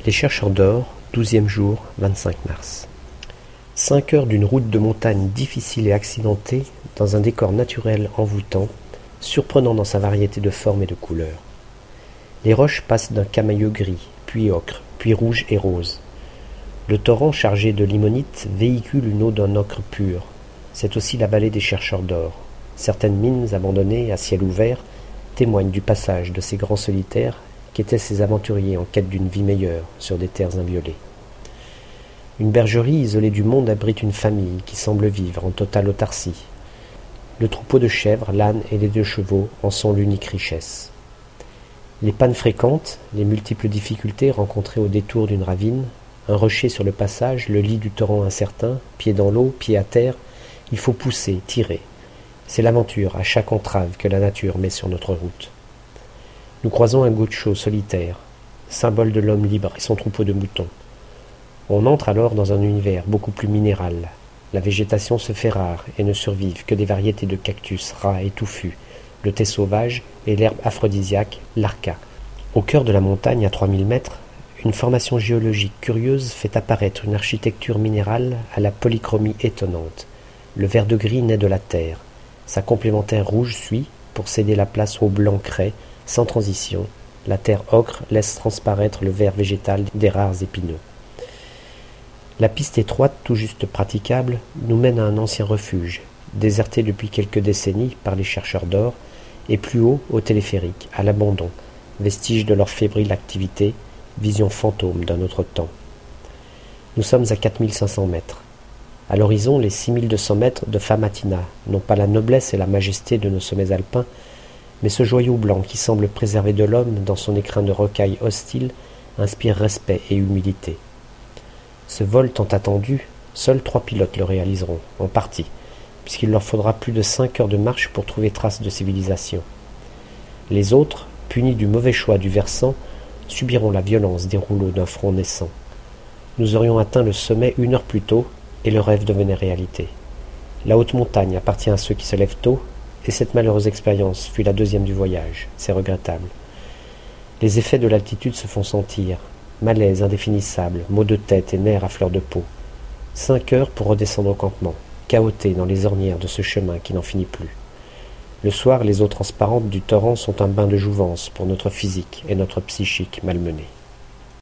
Les chercheurs d'or, 12e jour, 25 mars. 5 heures d'une route de montagne difficile et accidentée, dans un décor naturel envoûtant, surprenant dans sa variété de formes et de couleurs. Les roches passent d'un camailleux gris, puis ocre, puis rouge et rose. Le torrent chargé de limonite véhicule une eau d'un ocre pur. C'est aussi la vallée des chercheurs d'or. Certaines mines abandonnées à ciel ouvert témoignent du passage de ces grands solitaires qu'étaient ces aventuriers en quête d'une vie meilleure sur des terres inviolées. Une bergerie isolée du monde abrite une famille qui semble vivre en totale autarcie. Le troupeau de chèvres, l'âne et les 2 chevaux en sont l'unique richesse. Les pannes fréquentes, les multiples difficultés rencontrées au détour d'une ravine, un rocher sur le passage, le lit du torrent incertain, pied dans l'eau, pied à terre, il faut pousser, tirer. C'est l'aventure à chaque entrave que la nature met sur notre route. Nous croisons un gaucho solitaire, symbole de l'homme libre et son troupeau de moutons. On entre alors dans un univers beaucoup plus minéral. La végétation se fait rare et ne survivent que des variétés de cactus ras et touffus, le thé sauvage et l'herbe aphrodisiaque, l'arca. Au cœur de la montagne, à 3000 mètres, une formation géologique curieuse fait apparaître une architecture minérale à la polychromie étonnante. Le vert de gris naît de la terre. Sa complémentaire rouge suit pour céder la place au blanc craie, sans transition. La terre ocre laisse transparaître le vert végétal des rares épineux. La piste étroite, tout juste praticable, nous mène à un ancien refuge, déserté depuis quelques décennies par les chercheurs d'or, et plus haut au téléphérique, à l'abandon, vestige de leur fébrile activité, vision fantôme d'un autre temps. Nous sommes à 4500 mètres. À l'horizon, les 6200 mètres de Famatina, non pas la noblesse et la majesté de nos sommets alpins, mais ce joyau blanc qui semble préserver de l'homme dans son écrin de rocailles hostiles inspire respect et humilité. Ce vol tant attendu, seuls 3 pilotes le réaliseront, en partie, puisqu'il leur faudra plus de 5 heures de marche pour trouver trace de civilisation. Les autres, punis du mauvais choix du versant, subiront la violence des rouleaux d'un front naissant. Nous aurions atteint le sommet 1 heure plus tôt, et le rêve devenait réalité. La haute montagne appartient à ceux qui se lèvent tôt, et cette malheureuse expérience fut la 2e du voyage. C'est regrettable. Les effets de l'altitude se font sentir. Malaise indéfinissable, maux de tête et nerfs à fleur de peau. 5 heures pour redescendre au campement, cahoté dans les ornières de ce chemin qui n'en finit plus. Le soir, les eaux transparentes du torrent sont un bain de jouvence pour notre physique et notre psychique malmenés.